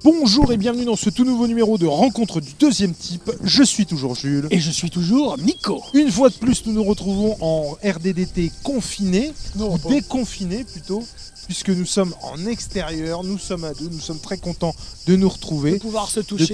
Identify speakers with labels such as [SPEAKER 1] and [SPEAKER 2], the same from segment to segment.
[SPEAKER 1] Bonjour et bienvenue dans ce tout nouveau numéro de Rencontre du deuxième type. Je suis toujours Jules.
[SPEAKER 2] Et je suis toujours Nico.
[SPEAKER 1] Une fois de plus, nous nous retrouvons en RDDT confiné, ou déconfiné plutôt, puisque nous sommes en extérieur, nous sommes à deux, nous sommes très contents de nous retrouver.
[SPEAKER 2] De pouvoir se toucher.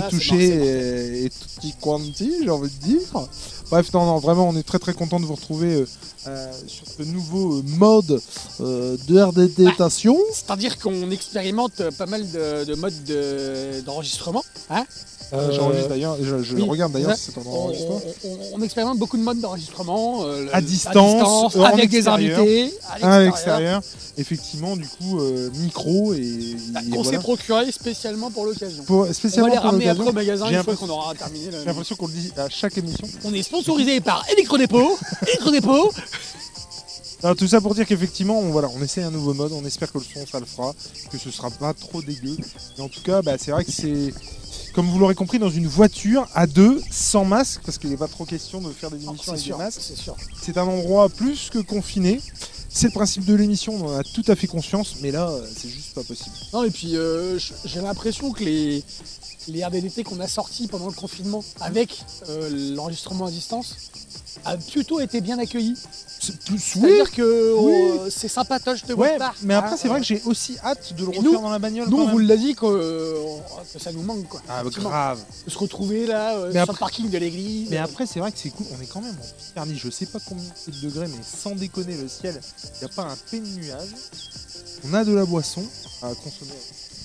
[SPEAKER 1] Et tutti quanti, j'ai envie de dire. Bref, non, vraiment, on est très très content de vous retrouver sur ce nouveau mode de RDDtation.
[SPEAKER 2] C'est-à-dire qu'on expérimente pas mal de modes d'enregistrement. Hein
[SPEAKER 1] J'enregistre d'ailleurs, je regarde d'ailleurs si c'est en enregistrement.
[SPEAKER 2] On expérimente beaucoup de modes d'enregistrement.
[SPEAKER 1] À distance,
[SPEAKER 2] avec des invités.
[SPEAKER 1] À l'extérieur. Effectivement, du coup, micro et.
[SPEAKER 2] On s'est procuré spécialement pour l'occasion.
[SPEAKER 1] Spécialement
[SPEAKER 2] on va les ramener après au magasin
[SPEAKER 1] une
[SPEAKER 2] une fois qu'on aura terminé.
[SPEAKER 1] J'ai l'impression qu'on le dit à chaque émission.
[SPEAKER 2] On est sponsorisé par Electrodépôt. Electrodépôt.
[SPEAKER 1] Alors, tout ça pour dire qu'effectivement, on essaie un nouveau mode. On espère que le son, ça le fera, que ce sera pas trop dégueu. Mais en tout cas, c'est vrai que c'est. Comme vous l'aurez compris, dans une voiture à deux, sans masque, parce qu'il n'est pas trop question de faire des émissions avec des masques. C'est un endroit plus que confiné. C'est le principe de l'émission, on en a tout à fait conscience, mais là, c'est juste pas possible.
[SPEAKER 2] Non, et puis j'ai l'impression que les RDDT qu'on a sortis pendant le confinement avec l'enregistrement à distance a plutôt été bien accueilli. C'est-à-dire que c'est sympatoche de votre part.
[SPEAKER 1] Mais après, c'est vrai que j'ai aussi hâte de le refaire dans la bagnole.
[SPEAKER 2] Nous, on vous l'a dit que ça nous manque, quoi.
[SPEAKER 1] Ah, grave.
[SPEAKER 2] De se retrouver là, sur le parking de l'église.
[SPEAKER 1] Mais après, c'est vrai que c'est cool. On est quand même en Picardie. Je sais pas combien c'est de degrés, mais sans déconner, le ciel, il n'y a pas un peu de nuage. On a de la boisson à consommer.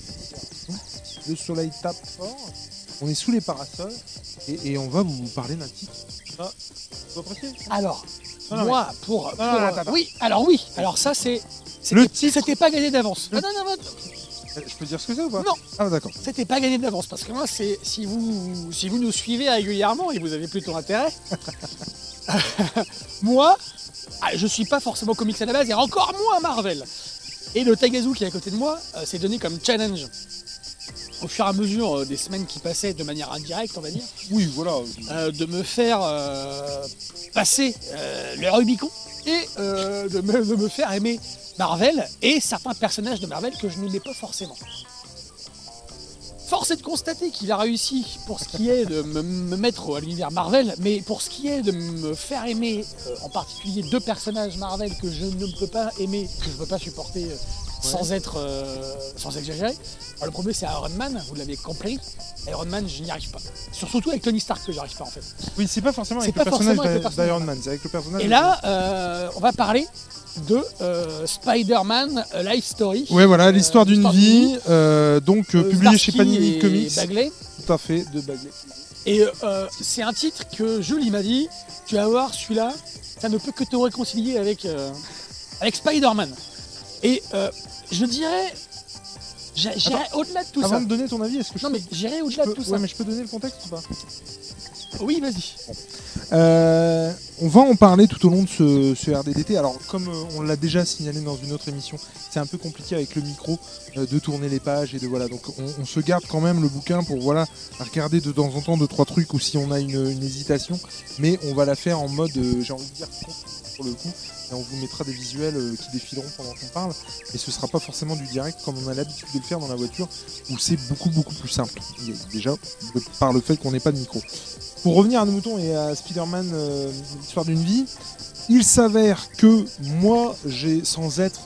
[SPEAKER 1] Le soleil tape fort. On est sous les parasols et on va vous parler d'un titre. Ah, vous appréciez ?
[SPEAKER 2] Alors,
[SPEAKER 1] attends.
[SPEAKER 2] Oui, alors ça c'est...
[SPEAKER 1] Le titre.
[SPEAKER 2] C'était pas gagné d'avance.
[SPEAKER 1] Je peux dire ce que c'est ou pas ?
[SPEAKER 2] Non.
[SPEAKER 1] Ah d'accord.
[SPEAKER 2] C'était pas gagné d'avance parce que moi, si vous nous suivez régulièrement et vous avez plutôt intérêt, moi, je suis pas forcément comics à la base et encore moins Marvel. Et le Tagazu qui est à côté de moi s'est donné comme challenge au fur et à mesure des semaines qui passaient de manière indirecte, on va dire.
[SPEAKER 1] Oui, voilà.
[SPEAKER 2] De me faire passer le Rubicon et de me faire aimer Marvel et certains personnages de Marvel que je n'aimais pas forcément. Force est de constater qu'il a réussi pour ce qui est de me mettre à l'univers Marvel, mais pour ce qui est de me faire aimer en particulier deux personnages Marvel que je ne peux pas aimer, que je ne peux pas supporter sans exagérer. Alors, le premier c'est Iron Man, vous l'avez compris. Iron Man, je n'y arrive pas. Surtout avec Tony Stark que j'arrive pas en fait.
[SPEAKER 1] Oui, c'est pas forcément avec le personnage d'Iron Man, c'est avec le personnage.
[SPEAKER 2] Et là, on va parler de Spider-Man A Life Story.
[SPEAKER 1] Ouais, voilà, l'histoire d'une vie, publiée chez Panini Comics.
[SPEAKER 2] Bagley.
[SPEAKER 1] Tout à fait, de Bagley.
[SPEAKER 2] Et c'est un titre que Jules il m'a dit, tu vas voir, celui-là, ça ne peut que te réconcilier avec Spider-Man. Et je dirais, j'irai au-delà de tout ça.
[SPEAKER 1] Avant de donner ton avis, est-ce que
[SPEAKER 2] mais j'irai au-delà de tout ça.
[SPEAKER 1] Ouais, mais je peux donner le contexte ou pas ?
[SPEAKER 2] Oui, vas-y.
[SPEAKER 1] On va en parler tout au long de ce RDDT. Alors, comme on l'a déjà signalé dans une autre émission, c'est un peu compliqué avec le micro de tourner les pages et de voilà. Donc, on se garde quand même le bouquin pour regarder de temps en temps 2-3 trucs ou si on a une hésitation. Mais on va la faire en mode, j'ai envie de dire, pour le coup. Et on vous mettra des visuels qui défileront pendant qu'on parle. Et ce sera pas forcément du direct comme on a l'habitude de le faire dans la voiture où c'est beaucoup plus simple. Déjà, par le fait qu'on n'ait pas de micro. Pour revenir à nos moutons et à Spider-Man, l'histoire d'une vie, il s'avère que moi, sans être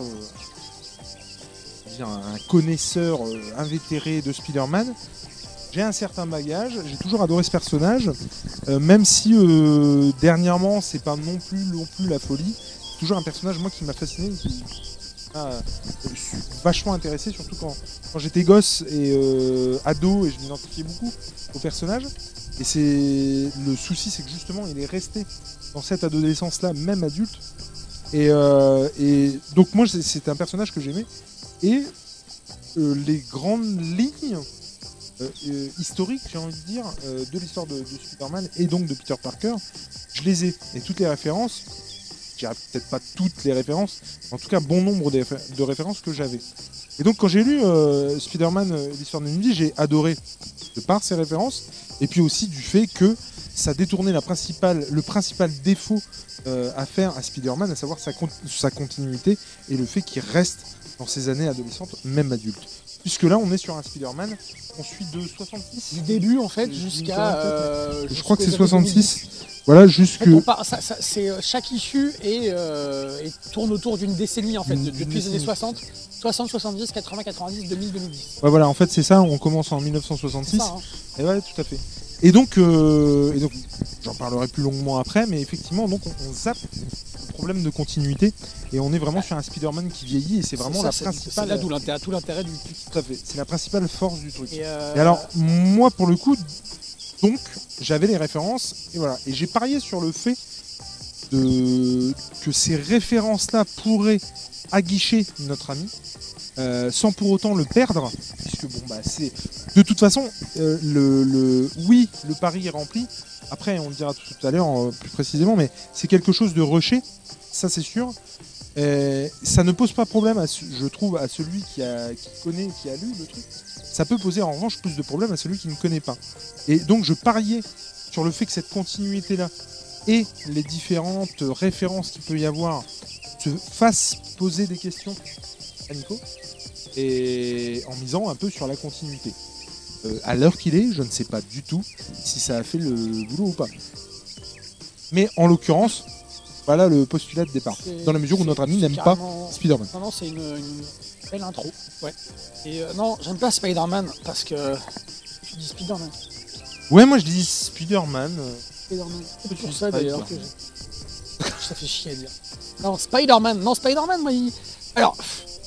[SPEAKER 1] un connaisseur invétéré de Spider-Man, j'ai un certain bagage, j'ai toujours adoré ce personnage, même si dernièrement, c'est pas non plus la folie. C'est toujours un personnage, moi, qui m'a fasciné, qui m'a vachement intéressé, surtout quand j'étais gosse et ado, et je m'identifiais beaucoup au personnage. Et le souci, c'est que justement, il est resté dans cette adolescence-là, même adulte. Et donc moi, c'est un personnage que j'aimais. Et les grandes lignes historiques, j'ai envie de dire, de l'histoire de Spider-Man et donc de Peter Parker, je les ai. Et toutes les références, je dirais peut-être pas toutes les références, en tout cas bon nombre de références que j'avais. Et donc quand j'ai lu Spider-Man, l'histoire d'une vie, j'ai adoré de par ses références. Et puis aussi du fait que ça détournait le principal défaut à faire à Spider-Man, à savoir sa continuité et le fait qu'il reste dans ses années adolescentes, même adulte. Puisque là, on est sur un Spider-Man, on suit de 66.
[SPEAKER 2] Du début en fait jusqu'à.
[SPEAKER 1] Je crois que c'est 66. Voilà, jusque.
[SPEAKER 2] En fait, c'est chaque issue et tourne autour d'une décennie en fait, depuis les années 60, 70, 80, 90, 2000, 2010.
[SPEAKER 1] Ouais, voilà, en fait, c'est ça, on commence en 1966.
[SPEAKER 2] Ça, hein.
[SPEAKER 1] Et ouais, tout à fait. Et donc j'en parlerai plus longuement après, mais effectivement, donc on zappe le problème de continuité et on est vraiment sur un Spider-Man qui vieillit et c'est vraiment la principale.
[SPEAKER 2] C'est là tout l'intérêt du.
[SPEAKER 1] Tout à fait. C'est la principale force du truc.
[SPEAKER 2] Et
[SPEAKER 1] alors, moi, pour le coup, donc, j'avais les références et voilà. Et j'ai parié sur le fait que ces références-là pourraient aguicher notre ami. Sans pour autant le perdre, puisque bon bah c'est de toute façon oui, le pari est rempli. Après on le dira tout à l'heure plus précisément, mais c'est quelque chose de rushé, ça c'est sûr. Ça ne pose pas problème je trouve à celui qui connaît, qui a lu le truc. Ça peut poser en revanche plus de problèmes à celui qui ne connaît pas. Et donc je pariais sur le fait que cette continuité là et les différentes références qu'il peut y avoir se fassent poser des questions à Nico, et en misant un peu sur la continuité. À l'heure qu'il est, je ne sais pas du tout si ça a fait le boulot ou pas. Mais en l'occurrence, voilà le postulat de départ. Dans la mesure où notre ami n'aime pas Spider-Man.
[SPEAKER 2] Non, c'est une belle intro. Ouais. Et non, j'aime pas Spider-Man parce que tu dis Spider-Man.
[SPEAKER 1] Ouais, moi je dis Spider-Man.
[SPEAKER 2] Spider-Man. C'est toujours ça d'ailleurs que ça fait chier à dire. Non, Spider-Man, moi alors.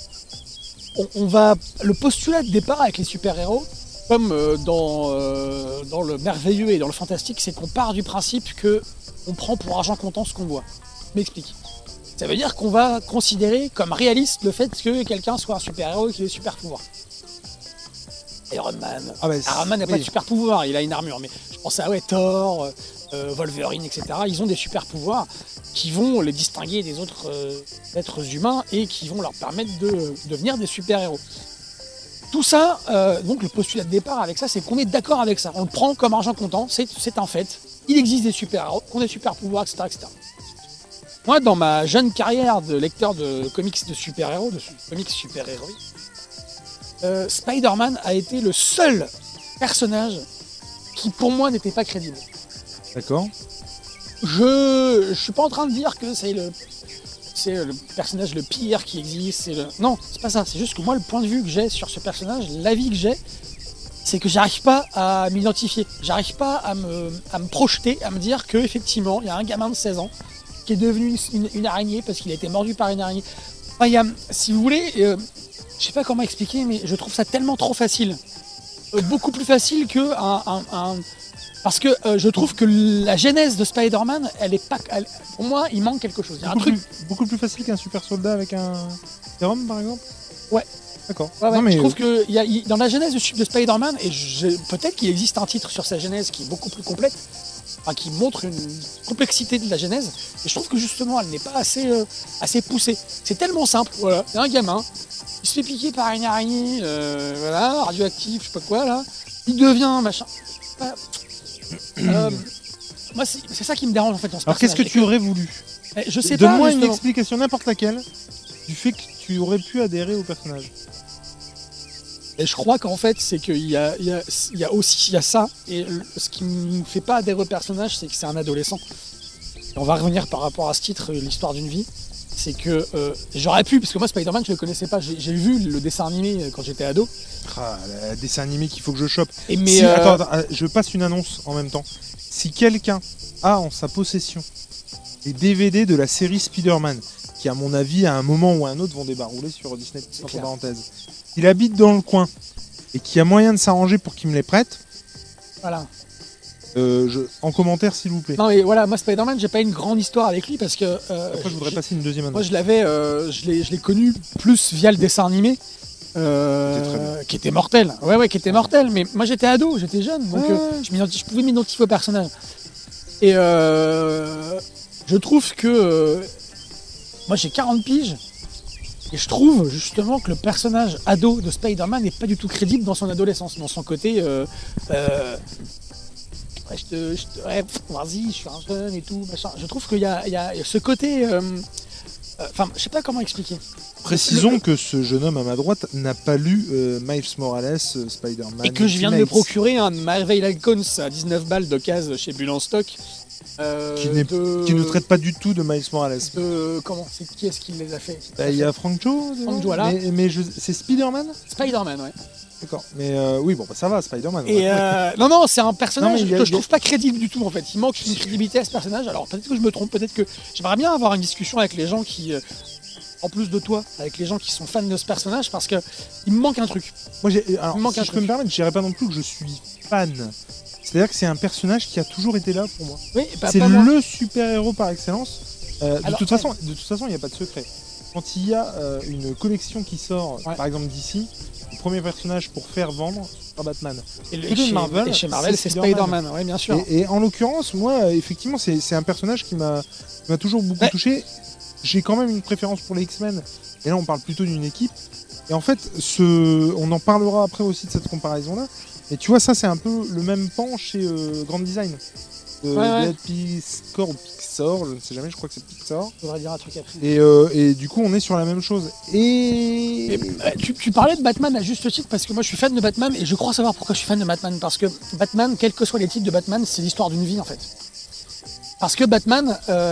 [SPEAKER 2] On va le postulat de départ avec les super-héros, comme dans le merveilleux et dans le fantastique, c'est qu'on part du principe que on prend pour argent comptant ce qu'on voit. Je m'explique. Ça veut dire qu'on va considérer comme réaliste le fait que quelqu'un soit un super-héros et qu'il ait des super-pouvoirs. Iron Man. Iron Man n'a pas de super-pouvoir, il a une armure, mais je pense à Thor, Wolverine, etc. Ils ont des super-pouvoirs qui vont les distinguer des autres êtres humains et qui vont leur permettre de devenir des super-héros. Tout ça, donc le postulat de départ avec ça, c'est qu'on est d'accord avec ça. On le prend comme argent comptant, c'est un fait. Il existe des super-héros, qui ont des super-pouvoirs, etc., etc. Moi, dans ma jeune carrière de lecteur de comics de super-héros, de comics super-héroïques, Spider-Man a été le seul personnage qui, pour moi, n'était pas crédible.
[SPEAKER 1] D'accord.
[SPEAKER 2] Je suis pas en train de dire que c'est le personnage le pire qui existe. Non, c'est pas ça. C'est juste que moi, le point de vue que j'ai sur ce personnage, l'avis que j'ai, c'est que j'arrive pas à m'identifier. J'arrive pas à me projeter, à me dire qu'effectivement, il y a un gamin de 16 ans qui est devenu une araignée parce qu'il a été mordu par une araignée. Enfin, si vous voulez, je sais pas comment expliquer, mais je trouve ça tellement trop facile. Beaucoup plus facile que parce que je trouve que la genèse de Spider-Man, pour moi, il manque quelque chose. Il y a un truc
[SPEAKER 1] beaucoup plus facile qu'un super soldat avec un sérum, par exemple.
[SPEAKER 2] Ouais.
[SPEAKER 1] D'accord.
[SPEAKER 2] Ouais, non, mais je trouve que dans la genèse de Spider-Man, et peut-être qu'il existe un titre sur sa genèse qui est beaucoup plus complète, qui montre une complexité de la genèse, et je trouve que justement, elle n'est pas assez poussée. C'est tellement simple. Voilà, il y a un gamin, il se fait piquer par une araignée, voilà, radioactif, je sais pas quoi là, il devient machin. Moi, c'est ça qui me dérange en fait dans ce personnage.
[SPEAKER 1] Alors qu'est-ce que tu aurais voulu?
[SPEAKER 2] Je sais pas.
[SPEAKER 1] Donne-moi une explication, n'importe laquelle, du fait que tu aurais pu adhérer au personnage.
[SPEAKER 2] Et je crois qu'en fait, c'est qu'il y a ça. Et ce qui me fait pas adhérer au personnage, c'est que c'est un adolescent. Et on va revenir par rapport à ce titre, l'histoire d'une vie. C'est que j'aurais pu, parce que moi Spider-Man je le connaissais pas, j'ai vu le dessin animé quand j'étais ado.
[SPEAKER 1] Le dessin animé qu'il faut que je chope.
[SPEAKER 2] Attends,
[SPEAKER 1] je passe une annonce en même temps. Si quelqu'un a en sa possession les DVD de la série Spider-Man, qui à mon avis à un moment ou à un autre vont débarrouler sur Disney, entre parenthèses, il habite dans le coin et qui a moyen de s'arranger pour qu'il me les prête,
[SPEAKER 2] voilà.
[SPEAKER 1] En commentaire s'il vous plaît.
[SPEAKER 2] Non mais voilà, moi Spider-Man j'ai pas une grande histoire avec lui parce que
[SPEAKER 1] après je voudrais passer une deuxième annonce.
[SPEAKER 2] Moi je l'ai connu plus via le dessin animé qui était mortel. Ouais, qui était mortel, mais moi j'étais ado, j'étais jeune, donc je pouvais m'identifier au personnage. Et je trouve que moi j'ai 40 piges et je trouve justement que le personnage ado de Spider-Man n'est pas du tout crédible dans son adolescence, dans son côté vas-y, je suis un jeune et tout, machin. Je trouve qu'il y a ce côté... Enfin, je sais pas comment expliquer.
[SPEAKER 1] Précisons que ce jeune homme à ma droite n'a pas lu Miles Morales, Spider-Man.
[SPEAKER 2] Et que je viens de me
[SPEAKER 1] Ultimate,
[SPEAKER 2] procurer un Marvel Icons à 19 balles d'occasion chez Bulle en stock.
[SPEAKER 1] qui ne traite pas du tout de Miles Morales.
[SPEAKER 2] Qui est-ce qui les a fait?
[SPEAKER 1] Il y a Frank Cho,
[SPEAKER 2] Frank Cho, voilà.
[SPEAKER 1] mais c'est Spider-Man.
[SPEAKER 2] Spider-Man, ouais.
[SPEAKER 1] D'accord. Mais oui, bon, bah, ça va, Spider-Man.
[SPEAKER 2] Et non, c'est un personnage
[SPEAKER 1] Non, mais
[SPEAKER 2] que je trouve pas crédible du tout en fait. Il manque une crédibilité à ce personnage. Alors peut-être que je me trompe, peut-être que j'aimerais bien avoir une discussion avec les gens qui, en plus de toi, avec les gens qui sont fans de ce personnage, parce que il me manque un truc.
[SPEAKER 1] Moi, alors, si je peux me permettre, je dirais pas non plus que je suis fan. C'est-à-dire que c'est un personnage qui a toujours été là pour moi.
[SPEAKER 2] Oui,
[SPEAKER 1] c'est le super-héros par excellence. De toute façon, il n'y a pas de secret. Quand il y a une collection qui sort, par exemple d'ici, le premier personnage pour faire vendre, c'est Batman.
[SPEAKER 2] Et chez Marvel, c'est Spider-Man, oui, bien sûr.
[SPEAKER 1] Et en l'occurrence, moi, effectivement, c'est un personnage qui m'a toujours beaucoup touché. J'ai quand même une préférence pour les X-Men. Et là, on parle plutôt d'une équipe. Et en fait, on en parlera après aussi de cette comparaison-là. Et tu vois, ça, c'est un peu le même pan chez Grand Design. De Pixar ou Pixar, je ne sais jamais, je crois que c'est Pixar.
[SPEAKER 2] Faudrait dire un truc après.
[SPEAKER 1] Et du coup, on est sur la même chose.
[SPEAKER 2] Tu parlais de Batman à juste titre, parce que moi je suis fan de Batman, et je crois savoir pourquoi je suis fan de Batman. Parce que Batman, quels que soient les titres de Batman, c'est l'histoire d'une vie en fait. Parce que Batman,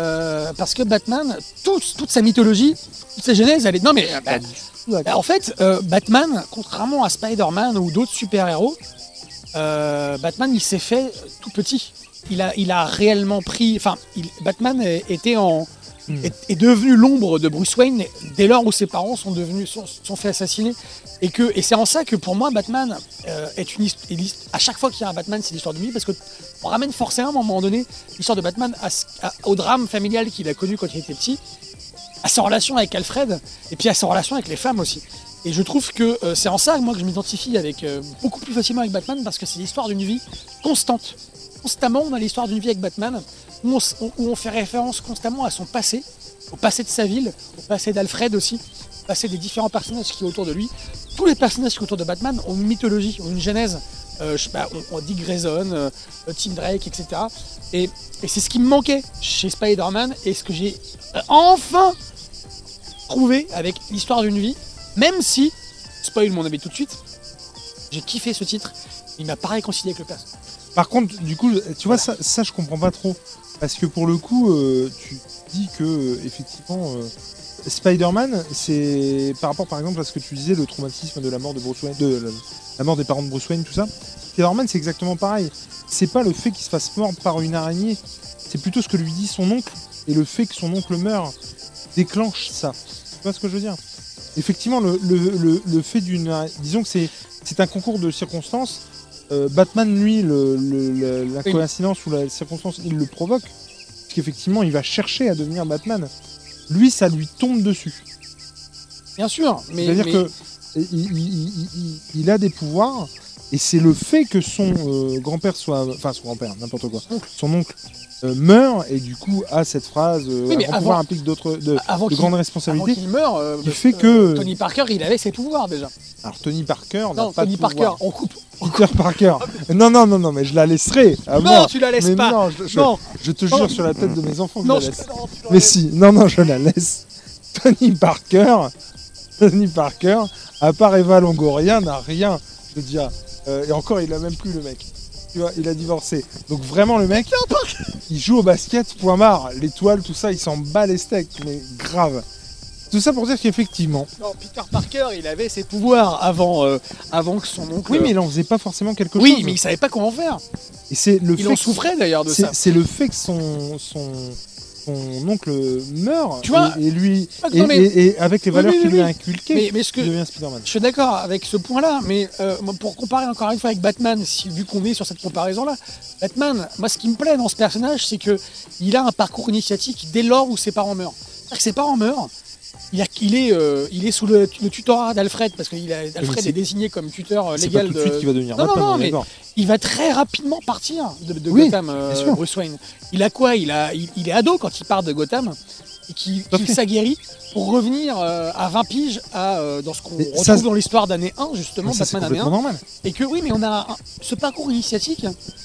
[SPEAKER 2] toute sa mythologie, toute sa genèse, elle est... Non mais... en fait, Batman, contrairement à Spider-Man ou d'autres super-héros, Batman, il s'est fait tout petit. Il a réellement pris... Enfin, Batman est devenu l'ombre de Bruce Wayne dès lors où ses parents sont fait assassiner. Et c'est en ça que pour moi, Batman à chaque fois qu'il y a un Batman, c'est l'histoire d'une vie, parce qu'on ramène forcément à un moment donné l'histoire de Batman au drame familial qu'il a connu quand il était petit, à sa relation avec Alfred, et puis à sa relation avec les femmes aussi. Et je trouve que c'est en ça, moi, que je m'identifie beaucoup plus facilement avec Batman, parce que c'est l'histoire d'une vie constante. Constamment, on a l'histoire d'une vie avec Batman, où on fait référence constamment à son passé, au passé de sa ville, au passé d'Alfred aussi, au passé des différents personnages qui sont autour de lui. Tous les personnages qui sont autour de Batman ont une mythologie, ont une genèse. On dit Grayson, Tim Drake, etc. Et c'est ce qui me manquait chez Spider-Man, et ce que j'ai enfin trouvé avec l'histoire d'une vie, même si, spoil mon avis tout de suite, j'ai kiffé ce titre, il m'a pas réconcilié avec le personnage.
[SPEAKER 1] Par contre, du coup, tu vois, ça je comprends pas trop. Parce que pour le coup, tu dis que, effectivement, Spider-Man, c'est par rapport, par exemple, à ce que tu disais, le traumatisme de la mort de Bruce Wayne, la mort des parents de Bruce Wayne, tout ça. Spider-Man, c'est exactement pareil. C'est pas le fait qu'il se fasse mordre par une araignée, c'est plutôt ce que lui dit son oncle. Et le fait que son oncle meure déclenche ça. Tu vois ce que je veux dire? Effectivement, le fait d'une... Disons que c'est un concours de circonstances. Batman, lui, la coïncidence ou la circonstance, il le provoque. Parce qu'effectivement, il va chercher à devenir Batman. Lui, ça lui tombe dessus.
[SPEAKER 2] Bien sûr, mais...
[SPEAKER 1] C'est-à-dire que il a des pouvoirs, et c'est le fait que son grand-père soit... Enfin, son grand-père, n'importe quoi. Son oncle meurt, et du coup a cette phrase un pouvoir implique de grandes responsabilités.
[SPEAKER 2] Avant qu'il meure,
[SPEAKER 1] il fait que...
[SPEAKER 2] Tony Parker, il avait ses pouvoirs déjà.
[SPEAKER 1] Alors Tony Parker n'a pas de pouvoir.
[SPEAKER 2] Tony Parker, on coupe.
[SPEAKER 1] Peter Parker. Non, mais je la laisserai.
[SPEAKER 2] Non, tu la laisses pas.
[SPEAKER 1] Non, je te jure sur la tête de mes enfants que je la laisse. Mais si, non, je la laisse. Tony Parker, à part Eva Longoria, n'a rien. Je veux dire, et encore, il a même plus le mec. Tu vois, il a divorcé. Donc vraiment, le mec, il joue au basket, point barre. L'étoile, tout ça, il s'en bat les steaks, mais grave. Tout ça pour dire qu'effectivement...
[SPEAKER 2] Non, Peter Parker, il avait ses pouvoirs avant que son oncle...
[SPEAKER 1] Oui, mais il en faisait pas forcément quelque chose.
[SPEAKER 2] Oui, mais il savait pas comment faire.
[SPEAKER 1] Et c'est le
[SPEAKER 2] il en souffrait d'ailleurs de ça.
[SPEAKER 1] C'est le fait que son oncle meurt,
[SPEAKER 2] tu vois,
[SPEAKER 1] et avec les valeurs qu'il lui a inculquées,
[SPEAKER 2] il
[SPEAKER 1] devient Spider-Man.
[SPEAKER 2] Je suis d'accord avec ce point-là, mais pour comparer encore une fois avec Batman, vu qu'on est sur cette comparaison-là, Batman, moi ce qui me plaît dans ce personnage, c'est qu'il a un parcours initiatique dès lors où ses parents meurent. C'est-à-dire que ses parents meurent, il est sous le tutorat d'Alfred, parce qu'Alfred est désigné comme tuteur légal
[SPEAKER 1] de... C'est pas tout de suite qu'il va devenir Batman.
[SPEAKER 2] Non, mais il va très rapidement partir de Gotham, Bruce Wayne. Il a quoi il est ado quand il part de Gotham, et qu'il s'aguerrit pour revenir à 20 piges dans ce qu'on retrouve dans l'histoire d'année 1, justement, Batman année 1.
[SPEAKER 1] Normal.
[SPEAKER 2] Et que oui, mais on a ce parcours initiatique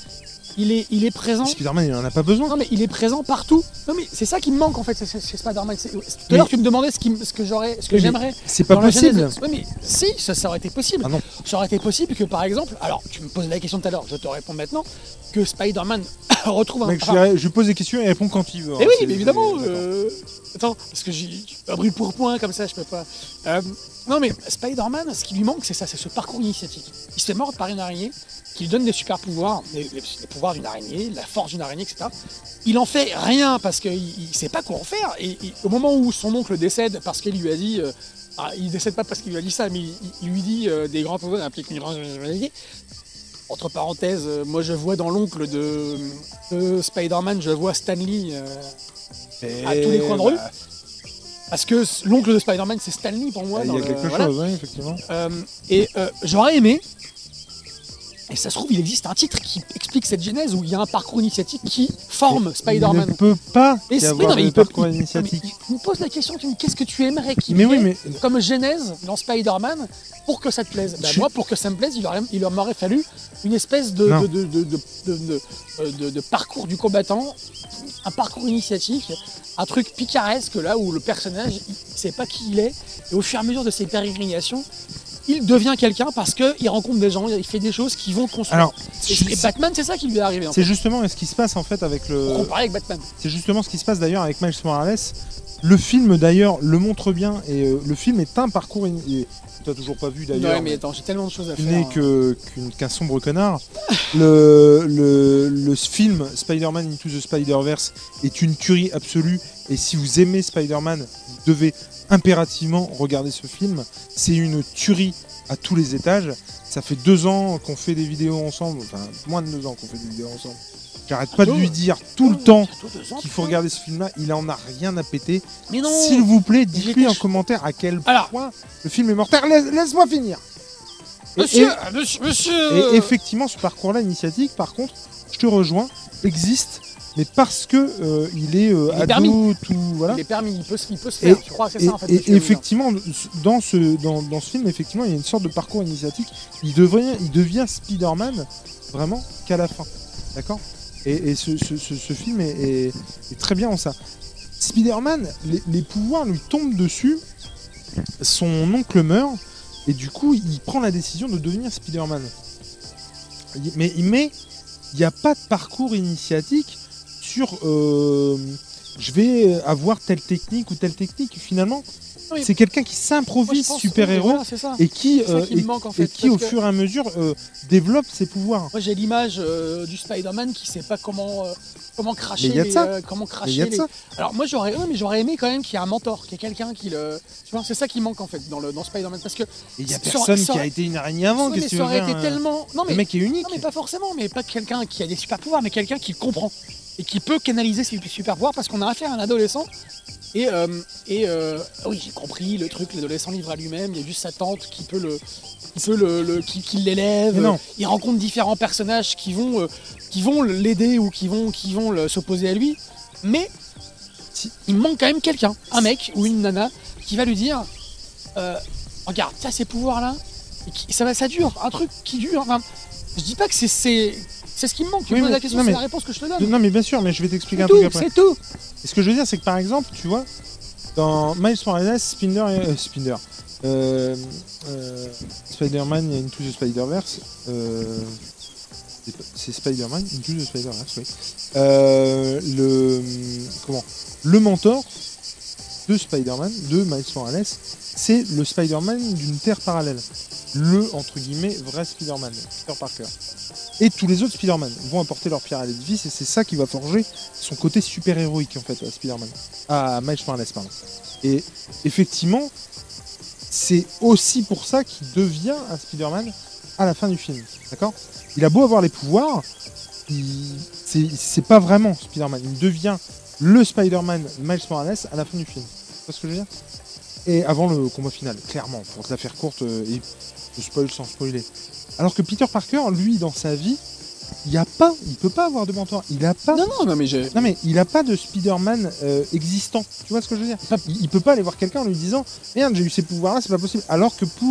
[SPEAKER 2] il est présent.
[SPEAKER 1] Spider-Man, il en a pas besoin.
[SPEAKER 2] Non mais il est présent partout. Non mais c'est ça qui me manque en fait chez Spider-Man. Tout à l'heure tu me demandais ce que j'aimerais.
[SPEAKER 1] C'est pas
[SPEAKER 2] dans la
[SPEAKER 1] possible.
[SPEAKER 2] genèse. Oui mais si, ça aurait été possible.
[SPEAKER 1] Ah non.
[SPEAKER 2] Ça aurait été possible que par exemple, alors tu me poses la question tout à l'heure, je te réponds maintenant, que Spider-Man retrouve un...
[SPEAKER 1] Mec, je pose des questions et il répond quand il veut.
[SPEAKER 2] Eh
[SPEAKER 1] hein,
[SPEAKER 2] oui, mais évidemment. Attends, parce que j'ai un brûle pour point comme ça, je peux pas. Non mais Spider-Man, ce qui lui manque, c'est ça, c'est ce parcours initiatique. Il se fait mordre par une araignée qui lui donne des super pouvoirs, les pouvoirs d'une araignée, la force d'une araignée, etc. Il en fait rien parce qu'il sait pas quoi en faire. Et au moment où son oncle décède, parce qu'il lui a dit, il décède pas parce qu'il lui a dit ça, mais il lui dit des grands pouvoirs impliquent une grande araignée. Entre parenthèses, moi je vois dans l'oncle de Spider-Man, je vois Stan Lee à tous les coins de rue. Parce que l'oncle de Spider-Man, c'est Stan Lee pour moi.
[SPEAKER 1] Il y a quelque chose, oui, effectivement.
[SPEAKER 2] J'aurais aimé, et ça se trouve, il existe un titre qui explique cette genèse où il y a un parcours initiatique qui forme Spider-Man.
[SPEAKER 1] Il ne peut pas
[SPEAKER 2] Et
[SPEAKER 1] y avoir de parcours initiatique.
[SPEAKER 2] Il me pose la question, tu me dis qu'est-ce que tu aimerais qu'il
[SPEAKER 1] Mais
[SPEAKER 2] y
[SPEAKER 1] oui,
[SPEAKER 2] ait
[SPEAKER 1] mais
[SPEAKER 2] comme genèse dans Spider-Man pour que ça te plaise. Moi, pour que ça me plaise, il m'aurait fallu une espèce de parcours du combattant, un parcours initiatique, un truc picaresque là où le personnage il sait pas qui il est et au fur et à mesure de ses pérégrinations il devient quelqu'un parce qu'il rencontre des gens, il fait des choses qui vont construire.
[SPEAKER 1] Alors,
[SPEAKER 2] et Batman, c'est ça qui lui est arrivé.
[SPEAKER 1] C'est justement ce qui se passe en fait avec le.
[SPEAKER 2] Comparé avec Batman.
[SPEAKER 1] C'est justement ce qui se passe d'ailleurs avec Miles Morales. Le film d'ailleurs le montre bien et le film est un parcours. Tu n'as toujours pas vu d'ailleurs.
[SPEAKER 2] Ouais, mais attends, j'ai tellement de choses à faire.
[SPEAKER 1] Tu n'es qu'un sombre connard. Le film Spider-Man Into the Spider-Verse est une tuerie absolue. Et si vous aimez Spider-Man, vous devez impérativement regarder ce film. C'est une tuerie à tous les étages. Ça fait 2 ans qu'on fait des vidéos ensemble. Enfin, moins de 2 ans qu'on fait des vidéos ensemble. J'arrête pas de lui dire tout le temps qu'il faut regarder ce film-là. Il en a rien à péter.
[SPEAKER 2] Mais non.
[SPEAKER 1] S'il vous plaît, dites-lui en commentaire à quel point le film est mortel. Laisse-moi finir.
[SPEAKER 2] Monsieur.
[SPEAKER 1] Et effectivement, ce parcours-là initiatique, par contre, je te rejoins, existe, mais parce que il est ado,
[SPEAKER 2] permis.
[SPEAKER 1] tout, voilà.
[SPEAKER 2] Il est permis, il peut se faire. Tu crois, c'est ça en fait.
[SPEAKER 1] Et effectivement, dans ce film, effectivement, il y a une sorte de parcours initiatique. Il devient Spider-Man vraiment qu'à la fin, d'accord. Et ce film est très bien en ça. Spider-Man, les pouvoirs lui tombent dessus, son oncle meurt, et du coup, il prend la décision de devenir Spider-Man. Mais il n'y a pas de parcours initiatique sur je vais avoir telle technique ou telle technique. Finalement, oui, c'est quelqu'un qui s'improvise super-héros et qui, au fur et à mesure développe ses pouvoirs.
[SPEAKER 2] Moi j'ai l'image du Spider-Man qui sait pas comment cracher Alors moi j'aurais aimé quand même qu'il y ait un mentor, qu'il y ait quelqu'un qui le... Tu vois, c'est ça qui manque en fait dans Spider-Man parce que
[SPEAKER 1] il y a personne qui a été une araignée avant.
[SPEAKER 2] Qu'est-ce que tu veux faire, tellement...
[SPEAKER 1] Le mec est unique.
[SPEAKER 2] Non mais pas forcément, mais pas quelqu'un qui a des super pouvoirs, mais quelqu'un qui comprend et qui peut canaliser ses super pouvoirs parce qu'on a affaire à un adolescent. Oui, j'ai compris le truc, l'adolescent livré à lui-même, il y a juste sa tante qui l'élève. Il rencontre différents personnages qui vont l'aider ou qui vont s'opposer à lui. Mais il manque quand même quelqu'un, un mec ou une nana qui va lui dire regarde, tu as ces pouvoirs-là, et ça dure, un truc qui dure. Enfin, je dis pas que c'est ce qui me manque. Tu me poses la question, c'est la réponse que je te donne.
[SPEAKER 1] Non, mais bien sûr, mais je vais t'expliquer un truc après.
[SPEAKER 2] C'est tout.
[SPEAKER 1] Et ce que je veux dire, c'est que par exemple, tu vois, dans Miles Morales, Spider-Man Into the Spider-Verse, c'est Spider-Man Into the Spider-Verse, oui. Le mentor de Spider-Man, de Miles Morales, c'est le Spider-Man d'une terre parallèle. Entre guillemets, vrai Spider-Man, Peter Parker. Et tous les autres Spider-Man vont apporter leur pierre à l'édifice et c'est ça qui va forger son côté super-héroïque en fait à Spider-Man. À Miles Morales, pardon. Et effectivement, c'est aussi pour ça qu'il devient un Spider-Man à la fin du film. D'accord ? Il a beau avoir les pouvoirs, c'est pas vraiment Spider-Man. Il devient le Spider-Man Miles Morales à la fin du film. Tu vois ce que je veux dire ? Et avant le combat final, clairement, pour te la faire courte et je spoil sans spoiler. Alors que Peter Parker, lui, dans sa vie, il peut pas avoir de mentor. Il a pas.
[SPEAKER 2] Non, mais
[SPEAKER 1] il a pas de Spider-Man existant. Tu vois ce que je veux dire ? Il peut pas aller voir quelqu'un en lui disant merde, j'ai eu ces pouvoirs-là, c'est pas possible. Alors que pour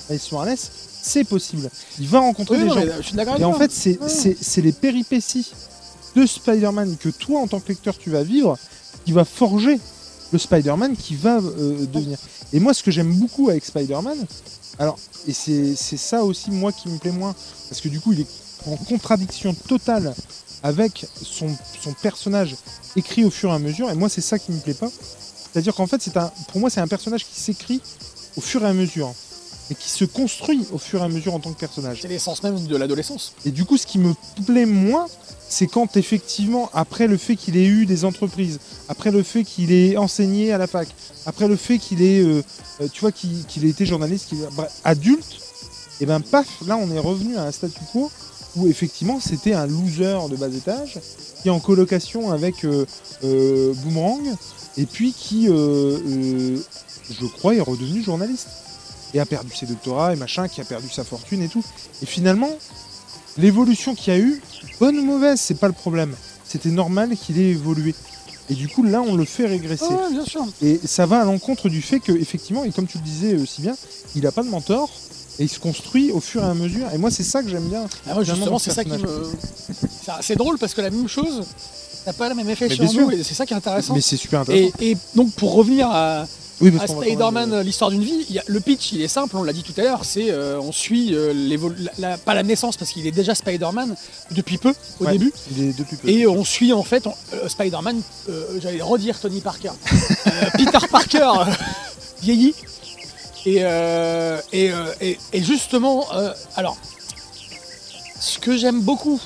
[SPEAKER 1] Miles Morales, c'est possible. Il va rencontrer des gens.
[SPEAKER 2] Je suis d'accord avec
[SPEAKER 1] Et en
[SPEAKER 2] toi.
[SPEAKER 1] fait, c'est les péripéties de Spider-Man que toi, en tant que lecteur, tu vas vivre, qui va forger le Spider-Man qui va devenir. Et moi, ce que j'aime beaucoup avec Spider-Man, alors, et c'est ça aussi, moi, qui me plaît moins, parce que du coup, il est en contradiction totale avec son personnage écrit au fur et à mesure, et moi, c'est ça qui me plaît pas. C'est-à-dire qu'en fait, pour moi, c'est un personnage qui s'écrit au fur et à mesure, et qui se construit au fur et à mesure en tant que personnage.
[SPEAKER 2] C'est l'essence même de l'adolescence.
[SPEAKER 1] Et du coup, ce qui me plaît moins, c'est quand effectivement, après le fait qu'il ait eu des entreprises, après le fait qu'il ait enseigné à la fac, après le fait qu'il ait, tu vois, qu'il ait été journaliste, adulte, et ben paf, là on est revenu à un statu quo où effectivement c'était un loser de bas étage qui est en colocation avec Boomerang et puis qui, je crois, est redevenu journaliste et a perdu ses doctorats et machin, qui a perdu sa fortune et tout. Et finalement, l'évolution qu'il y a eu, bonne ou mauvaise, c'est pas le problème. C'était normal qu'il ait évolué. Et du coup, là, on le fait régresser.
[SPEAKER 2] Ouais, bien sûr.
[SPEAKER 1] Et ça va à l'encontre du fait que, effectivement, et comme tu le disais si bien, il n'a pas de mentor et il se construit au fur et à mesure. Et moi, c'est ça que j'aime bien.
[SPEAKER 2] Ah, moi, justement, c'est ça qui me. C'est drôle parce que la même chose n'a pas le même effet sur nous. Et c'est ça qui est intéressant.
[SPEAKER 1] Mais c'est super intéressant.
[SPEAKER 2] Et donc, pour revenir à Spider-Man,
[SPEAKER 1] de...
[SPEAKER 2] l'histoire d'une vie, le pitch, il est simple, on l'a dit tout à l'heure, c'est on suit pas la naissance parce qu'il est déjà Spider-Man depuis peu, au début.
[SPEAKER 1] Il est depuis peu.
[SPEAKER 2] Et on suit en fait Spider-Man, j'allais redire Tony Parker, Peter Parker vieilli. Et justement, alors, ce que j'aime beaucoup,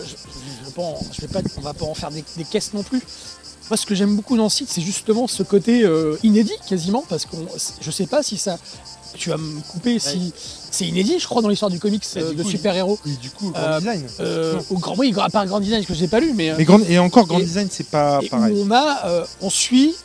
[SPEAKER 2] on va pas en faire des caisses non plus. Moi, ce que j'aime beaucoup dans ce site, c'est justement ce côté inédit, quasiment, parce que je sais pas si ça... Tu vas me couper si... C'est inédit, je crois, dans l'histoire du comics de super-héros.
[SPEAKER 1] Et du coup, Grand Design.
[SPEAKER 2] Oui, à part Grand Design, que je n'ai pas lu, mais...
[SPEAKER 1] Et encore, Grand Design, c'est pas pareil.
[SPEAKER 2] On suit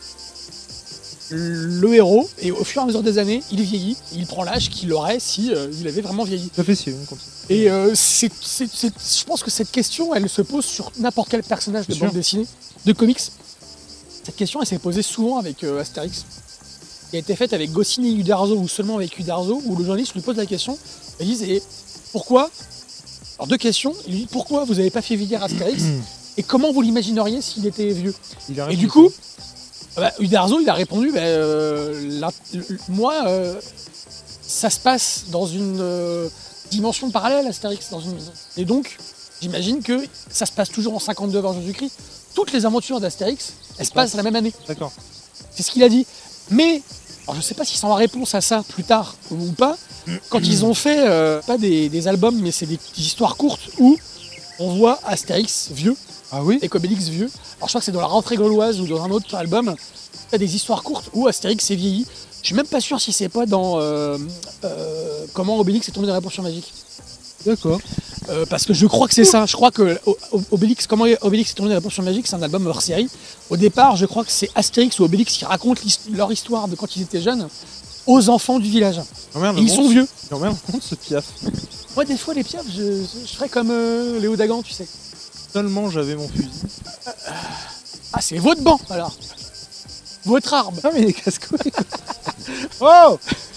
[SPEAKER 2] le héros, et au fur et à mesure des années, il vieillit, il prend l'âge qu'il aurait si il avait vraiment vieilli.
[SPEAKER 1] Ça fait si,
[SPEAKER 2] et je pense que cette question, elle se pose sur n'importe quel personnage de bande dessinée, de comics. Cette question, elle s'est posée souvent avec Astérix. Elle a été faite avec Goscinny et Uderzo, ou seulement avec Uderzo, où le journaliste lui pose la question, il dit pourquoi. Alors deux questions, il lui dit pourquoi vous n'avez pas fait vieillir Astérix et comment vous l'imagineriez s'il était vieux. Et du coup, Uderzo, il a répondu moi, ça se passe dans une dimension parallèle, Astérix, et donc j'imagine que ça se passe toujours en 52 avant Jésus-Christ. Toutes les aventures d'Astérix, elles se passent la même année.
[SPEAKER 1] D'accord.
[SPEAKER 2] C'est ce qu'il a dit. Mais, alors je sais pas s'ils sont la réponse à ça plus tard ou pas, quand ils ont fait, pas des albums, mais c'est des histoires courtes où on voit Astérix vieux et Obélix vieux. Alors je crois que c'est dans la rentrée gauloise ou dans un autre album, il y a des histoires courtes où Astérix est vieilli. Je suis même pas sûr si c'est pas dans comment Obélix est tombé dans la potion magique.
[SPEAKER 1] D'accord.
[SPEAKER 2] Parce que je crois que c'est ça. Je crois que comment Obélix est tombé dans la potion magique, c'est un album hors série. Au départ, je crois que c'est Astérix ou Obélix qui racontent leur histoire de quand ils étaient jeunes aux enfants du village. Et ils sont vieux.
[SPEAKER 1] Ce Piaf.
[SPEAKER 2] Moi, des fois, les Piaf, je ferais comme Léo Dagan, tu sais.
[SPEAKER 1] Seulement j'avais mon fusil.
[SPEAKER 2] Ah, c'est votre banc, alors. Votre arme.
[SPEAKER 1] Ah, mais les casse-couilles. Oh.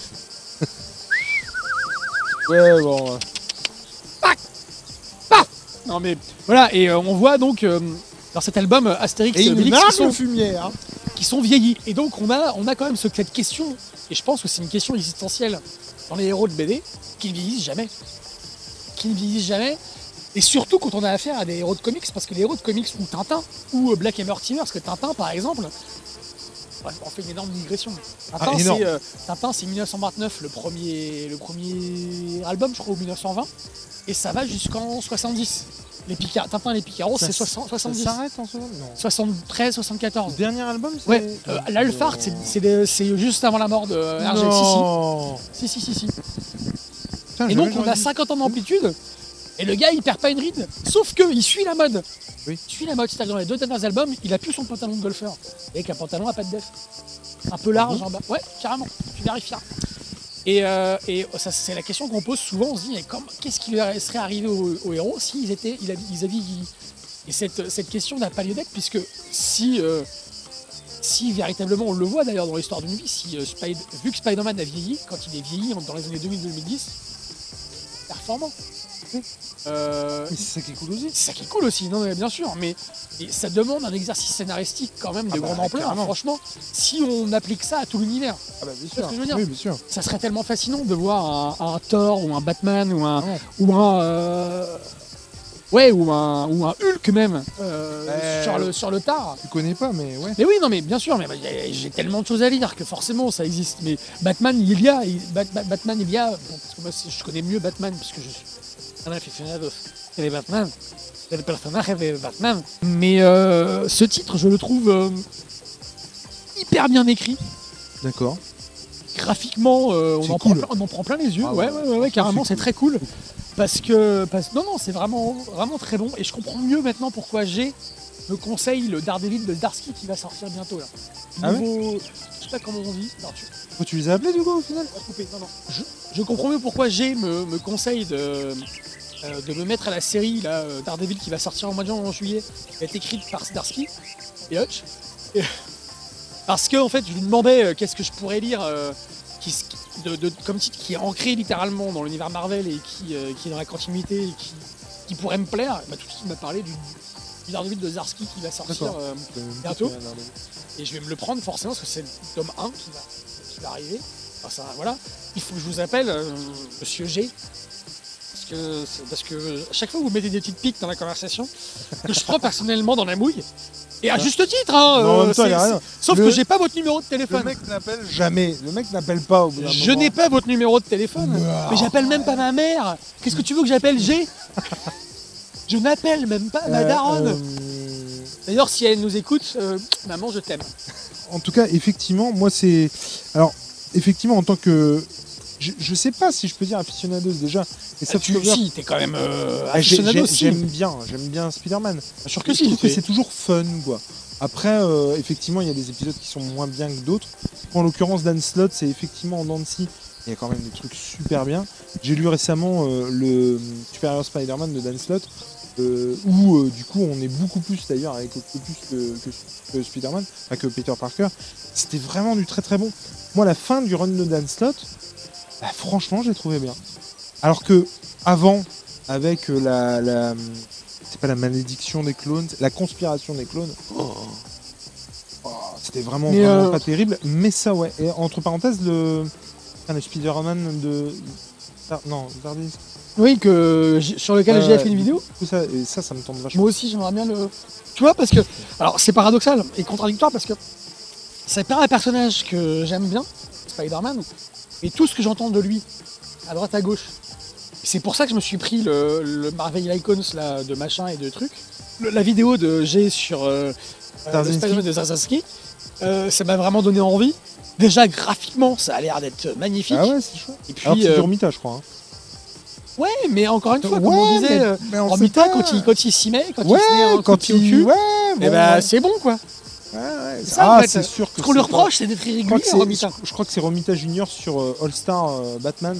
[SPEAKER 1] Ouais, bon.
[SPEAKER 2] Non mais voilà, et on voit donc dans cet album Astérix et Obélix qui sont vieillis. Et donc on a quand même cette question, et je pense que c'est une question existentielle dans les héros de BD, qui ne vieillissent jamais. Et surtout quand on a affaire à des héros de comics, parce que les héros de comics ou Tintin ou Black et Mortimer, parce que Tintin par exemple, on fait une énorme digression. Tintin c'est 1929 le premier album, je crois, ou 1920. Et ça va jusqu'en 70. Tintin et les Picaros, c'est 70.
[SPEAKER 1] Ça s'arrête en ce moment ? Non.
[SPEAKER 2] 73, 74.
[SPEAKER 1] Le dernier album, c'est...
[SPEAKER 2] Ouais, l'Alphard, c'est juste avant la mort de Hergé. Si. Putain, et donc, on a 50 ans d'amplitude, et le gars, il perd pas une ride, sauf qu'il suit la mode.
[SPEAKER 1] Oui.
[SPEAKER 2] Il suit la mode, c'est-à-dire dans les deux derniers albums, il a plus son pantalon de golfeur, avec un pantalon à pas de def. Un peu large en bas. Ouais, carrément, tu vérifieras. Et ça, c'est la question qu'on pose souvent, on se dit, mais qu'est-ce qui leur serait arrivé aux héros s'ils avaient vieilli ? Et cette question n'a pas lieu d'être, puisque si si véritablement, on le voit d'ailleurs dans l'histoire d'une vie, si, vu que Spider-Man a vieilli, quand il est vieilli dans les années 2000-2010, performant.
[SPEAKER 1] Mais c'est ça qui est cool aussi.
[SPEAKER 2] C'est ça qui est cool aussi, non mais bien sûr, mais et ça demande un exercice scénaristique quand même de grande ampleur,
[SPEAKER 1] carrément.
[SPEAKER 2] Franchement, si on applique ça à tout l'univers,
[SPEAKER 1] Ah bah bien
[SPEAKER 2] ce
[SPEAKER 1] sûr.
[SPEAKER 2] que je veux dire.
[SPEAKER 1] Oui, bien sûr.
[SPEAKER 2] ça serait tellement fascinant de voir un Thor ou un Batman ou un Hulk même sur le tard.
[SPEAKER 1] Tu connais pas, mais ouais.
[SPEAKER 2] Mais oui, non mais bien sûr, mais j'ai tellement de choses à lire que forcément ça existe. Mais Batman, il y a, Batman, il y a, bon, parce que moi je connais mieux Batman puisque je suis un aficionado de Batman. Le personnage de Batman. Mais ce titre, je le trouve hyper bien écrit.
[SPEAKER 1] D'accord.
[SPEAKER 2] Graphiquement,
[SPEAKER 1] C'est
[SPEAKER 2] on
[SPEAKER 1] cool.
[SPEAKER 2] en prend plein les yeux.
[SPEAKER 1] Ah
[SPEAKER 2] ouais, carrément,
[SPEAKER 1] c'est
[SPEAKER 2] c'est
[SPEAKER 1] cool.
[SPEAKER 2] très cool. Non, c'est vraiment très bon. Et je comprends mieux maintenant pourquoi G me conseille le Daredevil de Zdarsky qui va sortir bientôt là.
[SPEAKER 1] Ah
[SPEAKER 2] Nouveau, je sais pas comment on dit. Non,
[SPEAKER 1] Tu les as appelés du coup au final?
[SPEAKER 2] non. Je comprends mieux pourquoi G me conseille de me mettre à la série là, Daredevil qui va sortir en juillet, qui a été écrite par Zdarsky et Hutch. Parce que en fait, je lui demandais qu'est-ce que je pourrais lire comme titre qui est ancré littéralement dans l'univers Marvel et qui est dans la continuité et qui pourrait me plaire. Tout de suite, il m'a parlé du Daredevil de Zdarsky qui va sortir bientôt. Et je vais me le prendre forcément parce que c'est le tome 1 qui va arriver. Enfin, ça, voilà. Il faut que je vous appelle Monsieur G. Parce que à chaque fois vous mettez des petites piques dans la conversation, que je prends personnellement dans la mouille. Et à juste titre, hein.
[SPEAKER 1] Non, en même temps, il y a rien.
[SPEAKER 2] Sauf que j'ai pas votre numéro de
[SPEAKER 1] Le
[SPEAKER 2] téléphone.
[SPEAKER 1] mec n'appelle jamais. Le mec n'appelle pas au bout d'un
[SPEAKER 2] Je
[SPEAKER 1] moment.
[SPEAKER 2] n'ai pas votre numéro de téléphone.
[SPEAKER 1] Non.
[SPEAKER 2] Mais j'appelle même pas ma mère. Qu'est-ce que tu veux que j'appelle G? Je n'appelle même pas ma daronne. D'ailleurs, si elle nous écoute, maman, je t'aime.
[SPEAKER 1] En tout cas, effectivement, moi c'est. Alors, effectivement, en tant que. Je sais pas si je peux dire aficionados déjà. Et ça,
[SPEAKER 2] Si, t'es quand même aficionado aussi.
[SPEAKER 1] J'aime bien Spider-Man.
[SPEAKER 2] Bien sûr que
[SPEAKER 1] Je
[SPEAKER 2] si.
[SPEAKER 1] trouve que c'est toujours fun, quoi. Après, effectivement, il y a des épisodes qui sont moins bien que d'autres. En l'occurrence, Dan Slott, c'est effectivement en dents de scie. Il y a quand même des trucs super bien. J'ai lu récemment le Superior Spider-Man de Dan Slott, où du coup on est beaucoup plus d'ailleurs avec Octopus que Spider-Man, enfin que Peter Parker. C'était vraiment du très très bon. Moi, la fin du run de Dan Slott, bah, franchement, j'ai trouvé bien. Alors que avant, avec c'est pas la malédiction des clones, la conspiration des clones. C'était vraiment pas terrible. Mais ça, ouais. Et entre parenthèses, le Spider-Man de Daredevil.
[SPEAKER 2] Oui, sur lequel j'ai fait une vidéo.
[SPEAKER 1] Ça me tente vachement.
[SPEAKER 2] Moi aussi, j'aimerais bien le. Tu vois, parce que. Alors, c'est paradoxal et contradictoire parce que c'est pas un personnage que j'aime bien, Spider-Man, et tout ce que j'entends de lui, à droite à gauche. C'est pour ça que je me suis pris le Marvel Icons là, de machin et de trucs. La vidéo de G sur le Spider-Man de Zdarsky, ça m'a vraiment donné envie. Déjà, graphiquement, ça a l'air d'être magnifique.
[SPEAKER 1] Ah ouais, c'est chouette.
[SPEAKER 2] Et puis,
[SPEAKER 1] alors c'est du Romita, je crois. Hein.
[SPEAKER 2] Ouais, mais encore une fois, comme
[SPEAKER 1] Ouais,
[SPEAKER 2] on disait,
[SPEAKER 1] mais on
[SPEAKER 2] Romita,
[SPEAKER 1] sait pas.
[SPEAKER 2] quand il s'y met, quand
[SPEAKER 1] Ouais,
[SPEAKER 2] il se met un coup de
[SPEAKER 1] quand
[SPEAKER 2] pied au cul,
[SPEAKER 1] Ouais,
[SPEAKER 2] eh ben, c'est bon quoi.
[SPEAKER 1] Ouais.
[SPEAKER 2] C'est ça, en fait.
[SPEAKER 1] C'est sûr que
[SPEAKER 2] Ce qu'on lui
[SPEAKER 1] c'est pas-
[SPEAKER 2] reproche, c'est d'être irrégulier, Romita.
[SPEAKER 1] Je crois que c'est Romita Junior sur All-Star Batman.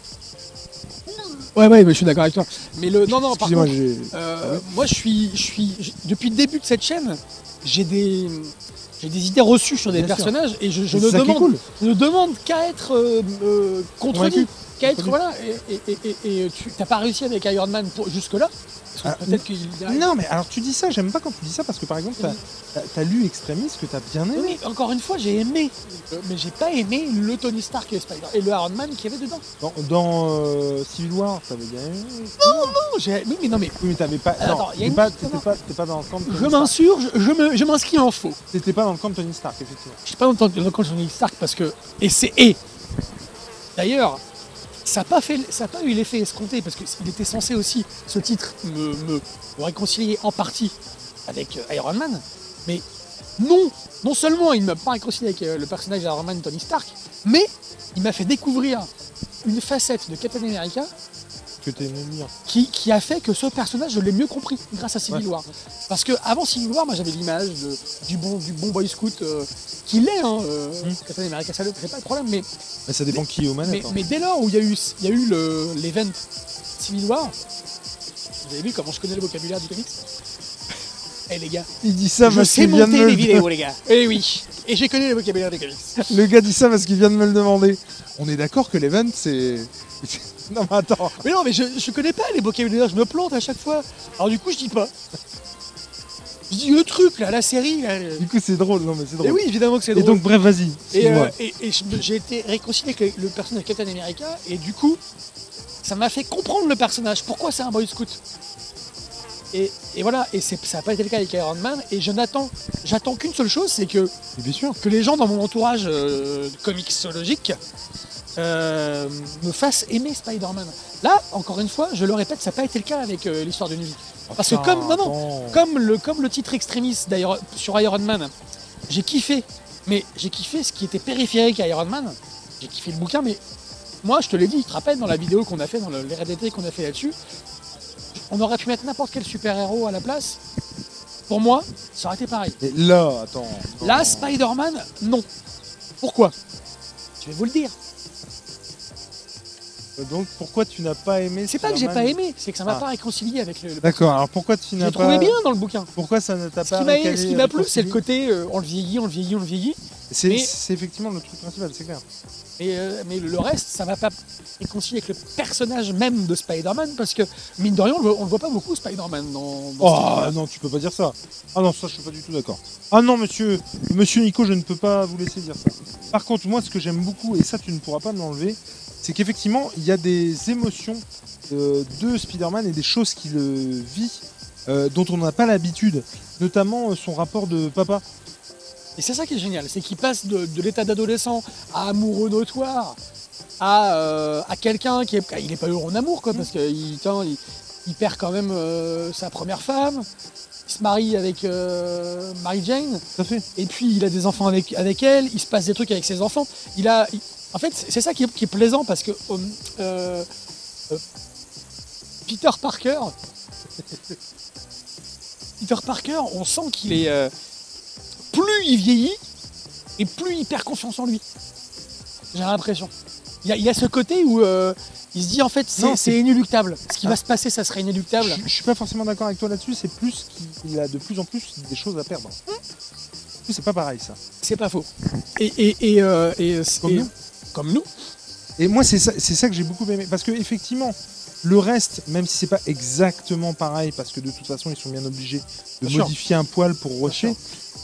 [SPEAKER 2] Ouais, mais je suis d'accord avec toi. Mais non, par
[SPEAKER 1] Excusez-moi,
[SPEAKER 2] contre, moi, depuis le début de cette chaîne, j'ai des idées reçues sur des
[SPEAKER 1] Bien sûr.
[SPEAKER 2] personnages et je
[SPEAKER 1] C'est
[SPEAKER 2] ne
[SPEAKER 1] ça qui est cool.
[SPEAKER 2] demande qu'à être contredit.
[SPEAKER 1] Convaincu.
[SPEAKER 2] Qu'à être, voilà. Et tu n'as pas réussi avec Iron Man jusque-là. Parce que peut-être qu'il y a...
[SPEAKER 1] Non, mais alors tu dis ça, j'aime pas quand tu dis ça parce que par exemple, t'as lu Extremis que t'as bien aimé.
[SPEAKER 2] Oui, encore une fois, j'ai aimé. Mais j'ai pas aimé le Tony Stark et Spider et le Iron Man qu'il y avait dedans.
[SPEAKER 1] Dans Civil War, t'avais bien aimé.
[SPEAKER 2] Non, mais
[SPEAKER 1] Oui, mais t'avais pas.
[SPEAKER 2] Attends,
[SPEAKER 1] Non,
[SPEAKER 2] il y a
[SPEAKER 1] t'étais pas dans le camp de Tony
[SPEAKER 2] je
[SPEAKER 1] Stark.
[SPEAKER 2] m'insurge, je m'inscris en faux.
[SPEAKER 1] T'étais pas dans le camp de Tony Stark, effectivement.
[SPEAKER 2] Je suis pas dans le camp de Tony Stark parce que. D'ailleurs, ça n'a pas eu l'effet escompté parce qu'il était censé aussi, ce titre, me réconcilier en partie avec Iron Man. Mais non seulement il ne m'a pas réconcilié avec le personnage d'Iron Man, Tony Stark, mais il m'a fait découvrir une facette de Captain America
[SPEAKER 1] Que t'es aimé lire.
[SPEAKER 2] qui a fait que ce personnage, je l'ai mieux compris grâce à Civil War. Parce que avant Civil War, moi j'avais l'image du bon Boy Scout qui l'est, Captain America, ça c'est pas le problème, mais
[SPEAKER 1] Ça dépend qui est aux manettes.
[SPEAKER 2] mais dès lors où il y a eu l'event Civil War, vous avez vu comment je connais le vocabulaire du comics, Eh les gars,
[SPEAKER 1] Il dit ça
[SPEAKER 2] je
[SPEAKER 1] parce
[SPEAKER 2] sais
[SPEAKER 1] qu'il vient de
[SPEAKER 2] monter
[SPEAKER 1] me
[SPEAKER 2] des
[SPEAKER 1] le
[SPEAKER 2] vidéos les gars. Eh oui. Et j'ai connu le vocabulaire des comics.
[SPEAKER 1] Le gars dit ça parce qu'il vient de me le demander. On est d'accord que l'event, c'est... Non mais attends.
[SPEAKER 2] Mais non, mais je connais pas les vocabulaires, je me plante à chaque fois. Alors du coup, je dis pas. Je dis le truc là, la série là.
[SPEAKER 1] Du coup, c'est drôle. Non mais c'est drôle.
[SPEAKER 2] Et oui, évidemment que c'est
[SPEAKER 1] Et
[SPEAKER 2] drôle.
[SPEAKER 1] donc, bref, vas-y.
[SPEAKER 2] Et,
[SPEAKER 1] Excuse-moi.
[SPEAKER 2] j'ai été réconcilié avec le personnage de Captain America et du coup, ça m'a fait comprendre le personnage. Pourquoi c'est un Boy Scout. Et voilà, et ça n'a pas été le cas avec Iron Man. Et j'attends qu'une seule chose, c'est que
[SPEAKER 1] Mais bien sûr.
[SPEAKER 2] les gens dans mon entourage comicsologique me fassent aimer Spider-Man. Là, encore une fois, je le répète, ça n'a pas été le cas avec l'histoire d'une vie. Parce que comme le titre extrémiste d'ailleurs sur Iron Man, j'ai kiffé ce qui était périphérique à Iron Man. J'ai kiffé le bouquin, mais moi, je te l'ai dit, tu te rappelles dans la vidéo qu'on a fait, dans les RDT qu'on a fait là-dessus, on aurait pu mettre n'importe quel super-héros à la place. Pour moi, ça aurait été pareil.
[SPEAKER 1] Et là, attends.
[SPEAKER 2] Là, Spider-Man, non. Pourquoi? Je vais vous le dire.
[SPEAKER 1] Donc, pourquoi tu n'as pas aimé
[SPEAKER 2] C'est pas que j'ai
[SPEAKER 1] Spider-Man
[SPEAKER 2] pas aimé, c'est que ça m'a
[SPEAKER 1] Ah.
[SPEAKER 2] pas réconcilié avec le
[SPEAKER 1] D'accord, alors pourquoi tu
[SPEAKER 2] Je
[SPEAKER 1] n'as
[SPEAKER 2] l'ai
[SPEAKER 1] pas...
[SPEAKER 2] trouvé bien dans le bouquin.
[SPEAKER 1] Pourquoi ça ne t'a
[SPEAKER 2] Ce
[SPEAKER 1] pas
[SPEAKER 2] qui m'a plu, c'est le côté on le vieillit. mais-
[SPEAKER 1] C'est effectivement le truc principal, c'est clair.
[SPEAKER 2] Mais le reste, ça m'a pas réconcilié avec le personnage même de Spider-Man parce que, mine de rien, on le voit pas beaucoup Spider-Man dans
[SPEAKER 1] Oh
[SPEAKER 2] ce film-là.
[SPEAKER 1] non, tu peux pas dire ça. Ah non, ça je suis pas du tout d'accord. Ah non, monsieur Nico, je ne peux pas vous laisser dire ça. Par contre, moi, ce que j'aime beaucoup, et ça tu ne pourras pas me l'enlever, c'est qu'effectivement, il y a des émotions de Spider-Man et des choses qu'il vit dont on n'a pas l'habitude, notamment son rapport de papa.
[SPEAKER 2] Et c'est ça qui est génial, c'est qu'il passe de l'état d'adolescent à amoureux notoire, à quelqu'un qui est... Il n'est pas heureux en amour, quoi, parce qu'il perd quand même sa première femme, il se marie avec Mary Jane,
[SPEAKER 1] Tout à fait.
[SPEAKER 2] et puis il a des enfants avec elle, il se passe des trucs avec ses enfants. En fait, c'est ça qui est plaisant, parce que Peter Parker, on sent qu'il est... plus il vieillit, et plus il perd confiance en lui. J'ai l'impression. Il y a ce côté où il se dit en fait c'est inéluctable. Ce qui va se passer, ça serait inéluctable.
[SPEAKER 1] Je suis pas forcément d'accord avec toi là-dessus, c'est plus qu'il a de plus en plus des choses à perdre. C'est pas pareil ça.
[SPEAKER 2] C'est pas faux. Comme nous.
[SPEAKER 1] Et moi, c'est ça que j'ai beaucoup aimé. Parce que effectivement, le reste, même si c'est pas exactement pareil, parce que de toute façon, ils sont bien obligés de
[SPEAKER 2] Bien sûr.
[SPEAKER 1] modifier un poil pour rusher,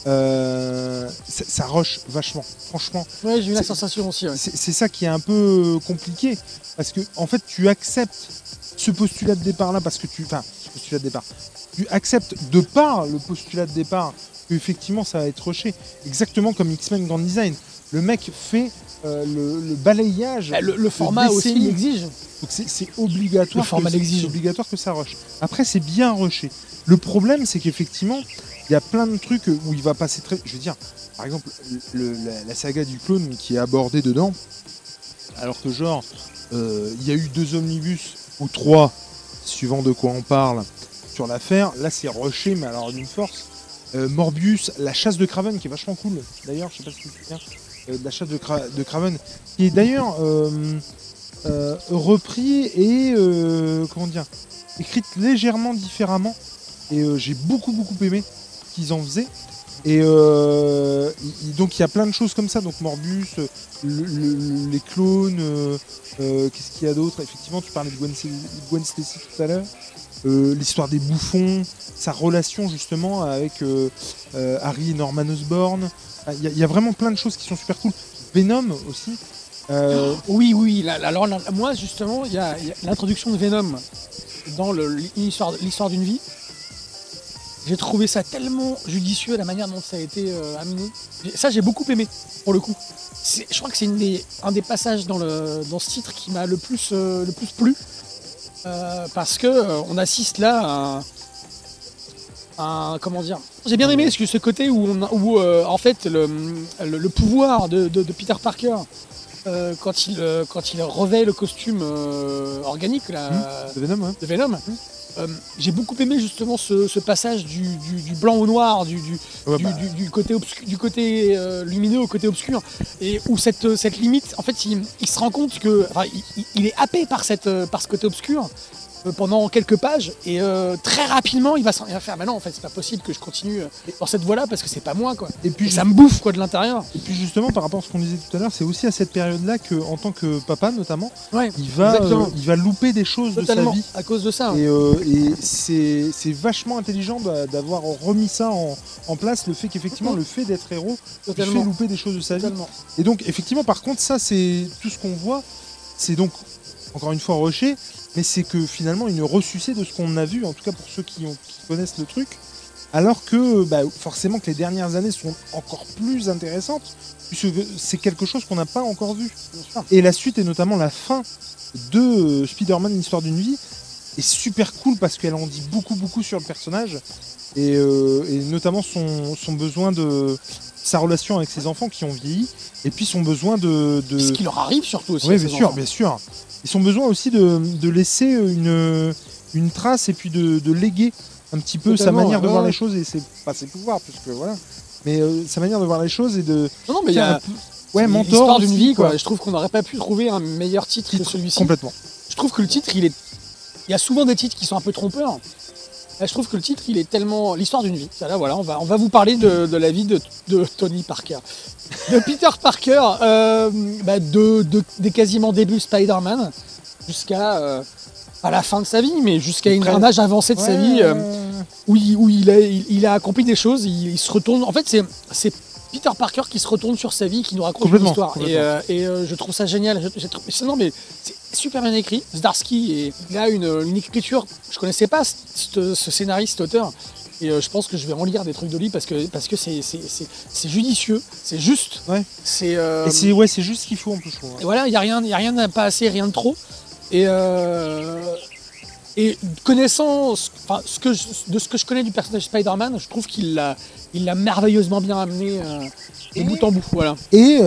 [SPEAKER 1] ça rush vachement. Franchement,
[SPEAKER 2] Ouais, j'ai eu la
[SPEAKER 1] C'est-
[SPEAKER 2] sensation aussi. Ouais.
[SPEAKER 1] c'est ça qui est un peu compliqué. Parce que, en fait, tu acceptes ce postulat de départ-là, parce que tu acceptes de par le postulat de départ qu'effectivement, ça va être rushé. Exactement comme X-Men Grand Design. Le mec fait le balayage.
[SPEAKER 2] Le format aussi
[SPEAKER 1] décennies.
[SPEAKER 2] l'exige.
[SPEAKER 1] Donc c'est obligatoire,
[SPEAKER 2] Le format
[SPEAKER 1] que,
[SPEAKER 2] l'exige.
[SPEAKER 1] c'est obligatoire que ça rush. Après, c'est bien rushé. Le problème, c'est qu'effectivement, il y a plein de trucs où il va passer très... Je veux dire, par exemple, la saga du clone qui est abordée dedans, alors que genre, il y a eu 2 omnibus, ou 3, suivant de quoi on parle, sur l'affaire. Là, c'est rushé, mais alors d'une force. Morbius, la chasse de Kraven, qui est vachement cool. D'ailleurs, je sais pas si tu te souviens, de la chasse de Kraven, qui est d'ailleurs... repris et comment dire, écrite légèrement différemment, et j'ai beaucoup aimé ce qu'ils en faisaient, et donc il y a plein de choses comme ça, donc Morbius, les clones, qu'est-ce qu'il y a d'autre, effectivement tu parlais de Gwen Stacy tout à l'heure, l'histoire des bouffons, sa relation justement avec Harry et Norman Osborn, il y a vraiment plein de choses qui sont super cool. Venom aussi.
[SPEAKER 2] Oui. Alors moi justement, il y a l'introduction de Venom dans l'histoire d'une vie. J'ai trouvé ça tellement judicieux la manière dont ça a été amené. Ça j'ai beaucoup aimé pour le coup. Je crois que c'est un des passages dans ce titre qui m'a le plus plu. Parce que on assiste là à un comment dire. J'ai bien aimé ce côté où en fait le pouvoir de Peter Parker. Quand il revêt le costume organique là,
[SPEAKER 1] de Venom, ouais.
[SPEAKER 2] de Venom, j'ai beaucoup aimé justement ce passage du blanc au noir, du côté lumineux au côté obscur, et où cette limite, en fait, il se rend compte que, enfin, il est happé par ce côté obscur, pendant quelques pages et très rapidement il va faire bah non en fait c'est pas possible que je continue dans cette voie là parce que c'est pas moi quoi.
[SPEAKER 1] Et puis
[SPEAKER 2] ça me bouffe quoi de l'intérieur.
[SPEAKER 1] Et puis justement par rapport à ce qu'on disait tout à l'heure, c'est aussi à cette période là que en tant que papa notamment,
[SPEAKER 2] Ouais,
[SPEAKER 1] il va louper des choses
[SPEAKER 2] totalement,
[SPEAKER 1] de sa vie.
[SPEAKER 2] à cause de ça.
[SPEAKER 1] Et c'est vachement intelligent d'avoir remis ça en place, le fait qu'effectivement le fait d'être héros lui fait louper des choses de sa vie. Et donc effectivement par contre ça c'est tout ce qu'on voit, c'est donc encore une fois rushé, mais c'est que finalement une ressucée de ce qu'on a vu, en tout cas pour ceux qui connaissent le truc, alors que forcément que les dernières années sont encore plus intéressantes, puisque c'est quelque chose qu'on n'a pas encore vu. Et la suite, et notamment la fin de Spider-Man, l'histoire d'une vie, est super cool parce qu'elle en dit beaucoup sur le personnage, et notamment son besoin de sa relation avec ses enfants qui ont vieilli, et puis son besoin de...
[SPEAKER 2] Ce qui leur arrive surtout aussi.
[SPEAKER 1] Oui, bien sûr. Et son besoin aussi de laisser une trace et puis de léguer un petit peu sa manière de voir les choses et pas ses pouvoirs, puisque voilà, mais sa manière de voir les choses et de...
[SPEAKER 2] Non, mais il y a
[SPEAKER 1] mentor
[SPEAKER 2] l'histoire d'une
[SPEAKER 1] aussi,
[SPEAKER 2] vie, quoi. Je trouve qu'on n'aurait pas pu trouver un meilleur titre que celui-ci.
[SPEAKER 1] Complètement.
[SPEAKER 2] Je trouve que le titre, il y a souvent des titres qui sont un peu trompeurs. Là, je trouve que le titre, il est tellement... L'histoire d'une vie. Là, voilà, on va vous parler de la vie de Tony Parker. De Peter Parker, des quasiment débuts Spider-Man jusqu'à à la fin de sa vie, mais jusqu'à un âge avancé de sa vie où il a accompli des choses, il se retourne. En fait, c'est Peter Parker qui se retourne sur sa vie, qui nous raconte une histoire. Et je trouve ça génial. Non, mais c'est super bien écrit. Zdarsky, il a une écriture. Je connaissais pas ce scénariste, cet auteur. Et je pense que je vais en lire des trucs de lui parce que c'est judicieux, c'est juste.
[SPEAKER 1] Ouais.
[SPEAKER 2] C'est
[SPEAKER 1] juste ce qu'il faut en plus.
[SPEAKER 2] Et voilà, il y a rien de pas assez, rien de trop. Et connaissant de ce que je connais du personnage Spider-Man, je trouve qu'il l'a merveilleusement bien amené de bout en bout. Voilà.
[SPEAKER 1] Et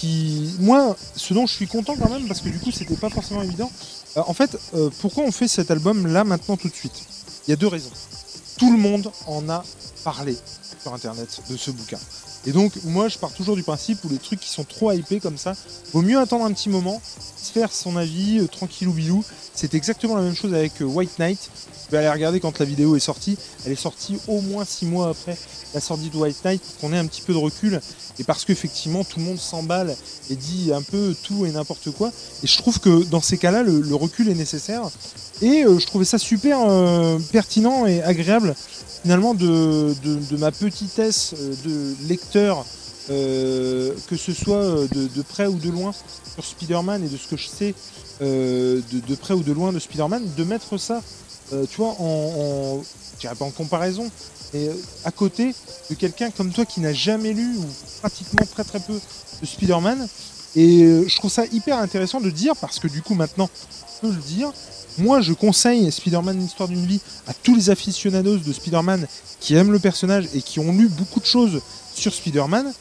[SPEAKER 1] ce dont je suis content quand même, parce que du coup c'était pas forcément évident. En fait, pourquoi on fait cet album là maintenant tout de suite? Il y a deux raisons. Tout le monde en a parlé sur internet de ce bouquin. Et donc moi je pars toujours du principe où les trucs qui sont trop hypés comme ça, vaut mieux attendre un petit moment, se faire son avis tranquillou bilou. C'est exactement la même chose avec White Knight. Je vais aller regarder quand la vidéo est sortie. Elle est sortie au moins 6 mois après la sortie de White Knight pour qu'on ait un petit peu de recul. Et parce qu'effectivement tout le monde s'emballe et dit un peu tout et n'importe quoi. Et je trouve que dans ces cas-là le recul est nécessaire. Et je trouvais ça super pertinent et agréable finalement de ma petitesse de lecteur, que ce soit de près ou de loin sur Spider-Man et de ce que je sais de près ou de loin de Spider-Man, de mettre ça tu vois je dirais pas en comparaison, mais à côté de quelqu'un comme toi qui n'a jamais lu ou pratiquement très peu de Spider-Man. Et je trouve ça hyper intéressant de dire, parce que du coup maintenant je peux le dire, moi je conseille Spider-Man l'histoire d'une vie à tous les aficionados de Spider-Man qui aiment le personnage et qui ont lu beaucoup de choses sur Spider-Man.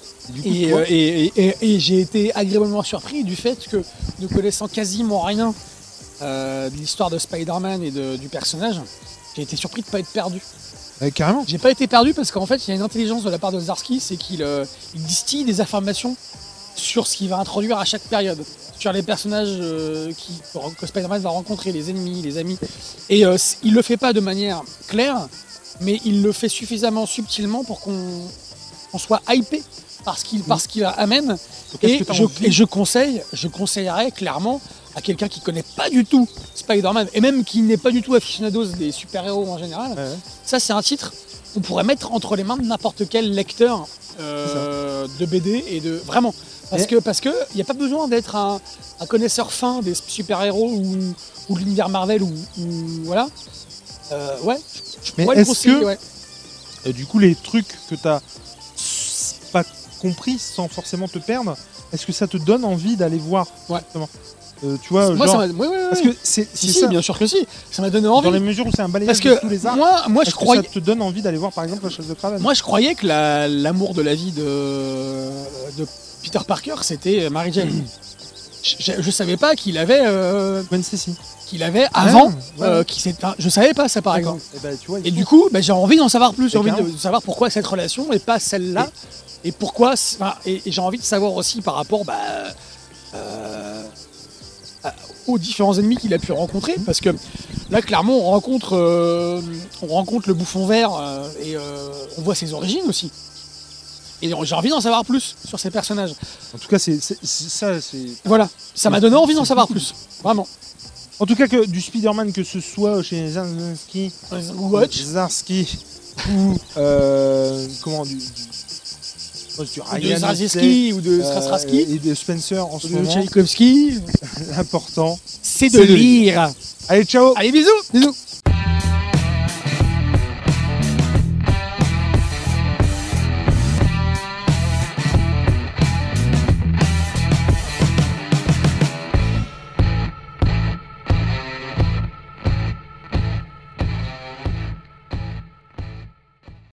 [SPEAKER 2] Et j'ai été agréablement surpris du fait que, ne connaissant quasiment rien de l'histoire de Spider-Man et du personnage, j'ai été surpris de ne pas être perdu.
[SPEAKER 1] Carrément.
[SPEAKER 2] J'ai pas été perdu parce qu'en fait il y a une intelligence de la part de Zdarsky, c'est qu'il distille des informations sur ce qu'il va introduire à chaque période, sur les personnages que Spider-Man va rencontrer, les ennemis, les amis. Et il le fait pas de manière claire, mais il le fait suffisamment subtilement pour qu'on soit hypé par ce qu'il amène. Et je conseillerais clairement à quelqu'un qui connaît pas du tout Spider-Man, et même qui n'est pas du tout aficionados des super-héros en général, ça c'est un titre qu'on pourrait mettre entre les mains de n'importe quel lecteur de BD et de... Vraiment. Parce que il n'y a pas besoin d'être un connaisseur fin des super-héros ou de l'univers Marvel ou voilà. Je pourrais le conseiller,
[SPEAKER 1] du coup les trucs que tu n'as pas compris sans forcément te perdre, est-ce que ça te donne envie d'aller voir tu vois,
[SPEAKER 2] moi,
[SPEAKER 1] genre,
[SPEAKER 2] parce que c'est ça. Bien sûr que si, ça m'a donné envie.
[SPEAKER 1] Dans les mesures où c'est un balayage de tous les arts,
[SPEAKER 2] moi je croyais...
[SPEAKER 1] ça te donne envie d'aller voir par exemple La Chasse de Cravate.
[SPEAKER 2] Moi je croyais que l'amour de la vie de Peter Parker c'était Mary Jane. Je savais pas qu'il avait
[SPEAKER 1] Gwen Stacy.
[SPEAKER 2] Qu'il avait avant, je savais pas ça par exemple. Et du coup, j'ai envie d'en savoir plus, j'ai envie de savoir pourquoi cette relation et pas celle-là, et pourquoi. Et j'ai envie de savoir aussi par rapport aux différents ennemis qu'il a pu rencontrer, parce que Là, clairement, on rencontre le bouffon vert et on voit ses origines aussi. Et j'ai envie d'en savoir plus sur ces personnages.
[SPEAKER 1] En tout cas, c'est ça.
[SPEAKER 2] Voilà, ça m'a donné envie d'en savoir plus. Vraiment.
[SPEAKER 1] En tout cas, que du Spider-Man, que ce soit chez Zarzarski ou du Ryan
[SPEAKER 2] Zarzarski ou de Straczynski
[SPEAKER 1] et de Spencer en ce
[SPEAKER 2] de
[SPEAKER 1] moment.
[SPEAKER 2] Tchaïkovski.
[SPEAKER 1] L'important,
[SPEAKER 2] C'est de lire.
[SPEAKER 1] Allez, ciao.
[SPEAKER 2] Allez, bisous.
[SPEAKER 1] Bisous.